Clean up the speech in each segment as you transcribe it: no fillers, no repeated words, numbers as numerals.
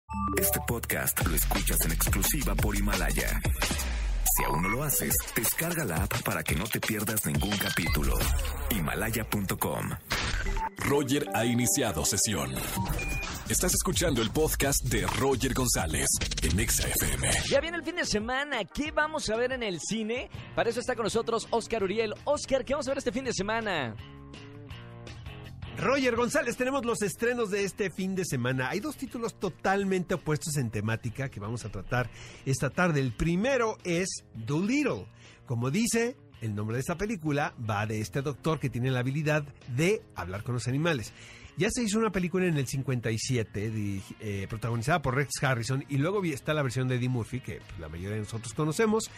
Este podcast lo escuchas en exclusiva por Himalaya. Si aún no lo haces, descarga la app para que no te pierdas ningún capítulo. Himalaya.com. Roger ha iniciado sesión. Estás escuchando el podcast de Roger González en Exa FM. Ya viene el fin de semana. ¿Qué vamos a ver en el cine? Para eso está con nosotros Oscar Uriel. Oscar, ¿qué vamos a ver este fin de semana? Roger González, tenemos los estrenos de este fin de semana. Hay dos títulos totalmente opuestos en temática que vamos a tratar esta tarde. El primero es Dolittle. Como dice el nombre de esta película, va de este doctor que tiene la habilidad de hablar con los animales. Ya se hizo una película en el 57, protagonizada por Rex Harrison, y luego está la versión de Eddie Murphy, que pues, la mayoría de nosotros conocemos.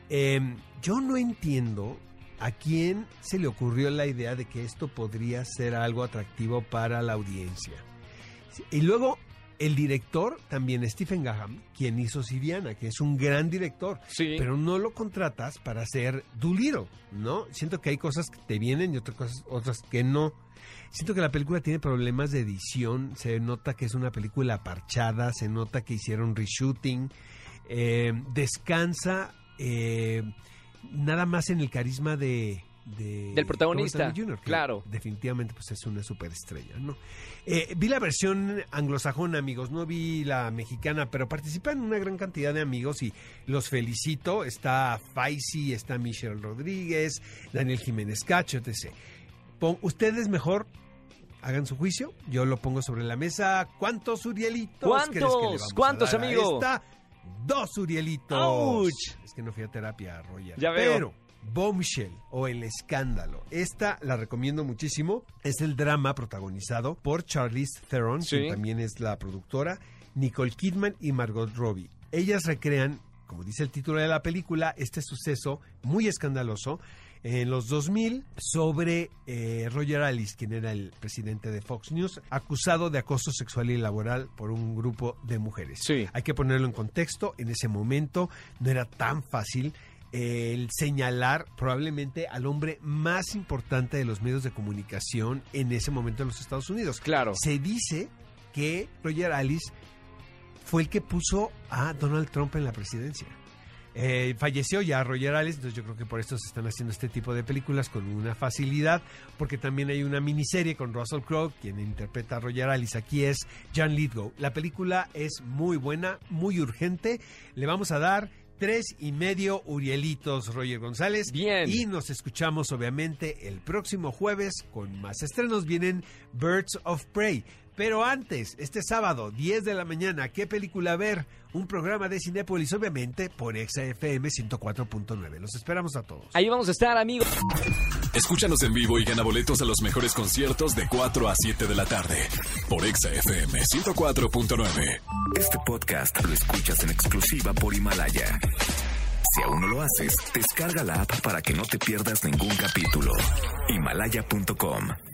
Yo no entiendo a quién se le ocurrió la idea de que esto podría ser algo atractivo para la audiencia. Y luego el director, también Stephen Graham, quien hizo Syriana, que es un gran director, Sí. pero no lo contratas para hacer Dolittle, ¿no? Siento que hay cosas que te vienen y otras que no. Siento que la película tiene problemas de edición, se nota que es una película parchada, se nota que hicieron reshooting, descansa nada más en el carisma del protagonista, Robert Downey Jr., que claro. definitivamente pues es una superestrella, ¿no? Vi la versión anglosajona, amigos, no vi la mexicana, pero participan una gran cantidad de amigos y los felicito. Está Faisy, está Michelle Rodríguez, Daniel Jiménez Cacho, etc. Ustedes mejor hagan su juicio, yo lo pongo sobre la mesa. ¿Cuántos Urielitos crees que le vamos ¿Cuántos, a dar amigo? a esta? 2 Urielitos. ¡Auch! Es que no fui a terapia, Roger. Ya veo. Pero Bombshell o El Escándalo, esta la recomiendo muchísimo. Es el drama protagonizado por Charlize Theron, Sí. quien también es la productora, Nicole Kidman y Margot Robbie. Ellas recrean, como dice el título de la película, este suceso muy escandaloso en los 2000 sobre Roger Ailes, quien era el presidente de Fox News, acusado de acoso sexual y laboral por un grupo de mujeres. Sí. Hay que ponerlo en contexto. En ese momento no era tan fácil el señalar probablemente al hombre más importante de los medios de comunicación en ese momento en los Estados Unidos. Claro. Se dice que Roger Ailes fue el que puso a Donald Trump en la presidencia. Falleció ya Roger Ailes, entonces yo creo que por esto se están haciendo este tipo de películas con una facilidad, porque también hay una miniserie con Russell Crowe, quien interpreta a Roger Ailes. Aquí es John Lithgow. La película es muy buena, muy urgente. Le vamos a dar 3.5 Urielitos, Roger González. Bien. Y nos escuchamos obviamente el próximo jueves con más estrenos. Vienen Birds of Prey. Pero antes, este sábado, 10 de la mañana, ¿qué película ver? Un programa de Cinépolis, obviamente, por Exa FM 104.9. Los esperamos a todos. Ahí vamos a estar, amigos. Escúchanos en vivo y gana boletos a los mejores conciertos de 4 a 7 de la tarde por Exa FM 104.9. Este podcast lo escuchas en exclusiva por Himalaya. Si aún no lo haces, descarga la app para que no te pierdas ningún capítulo. Himalaya.com.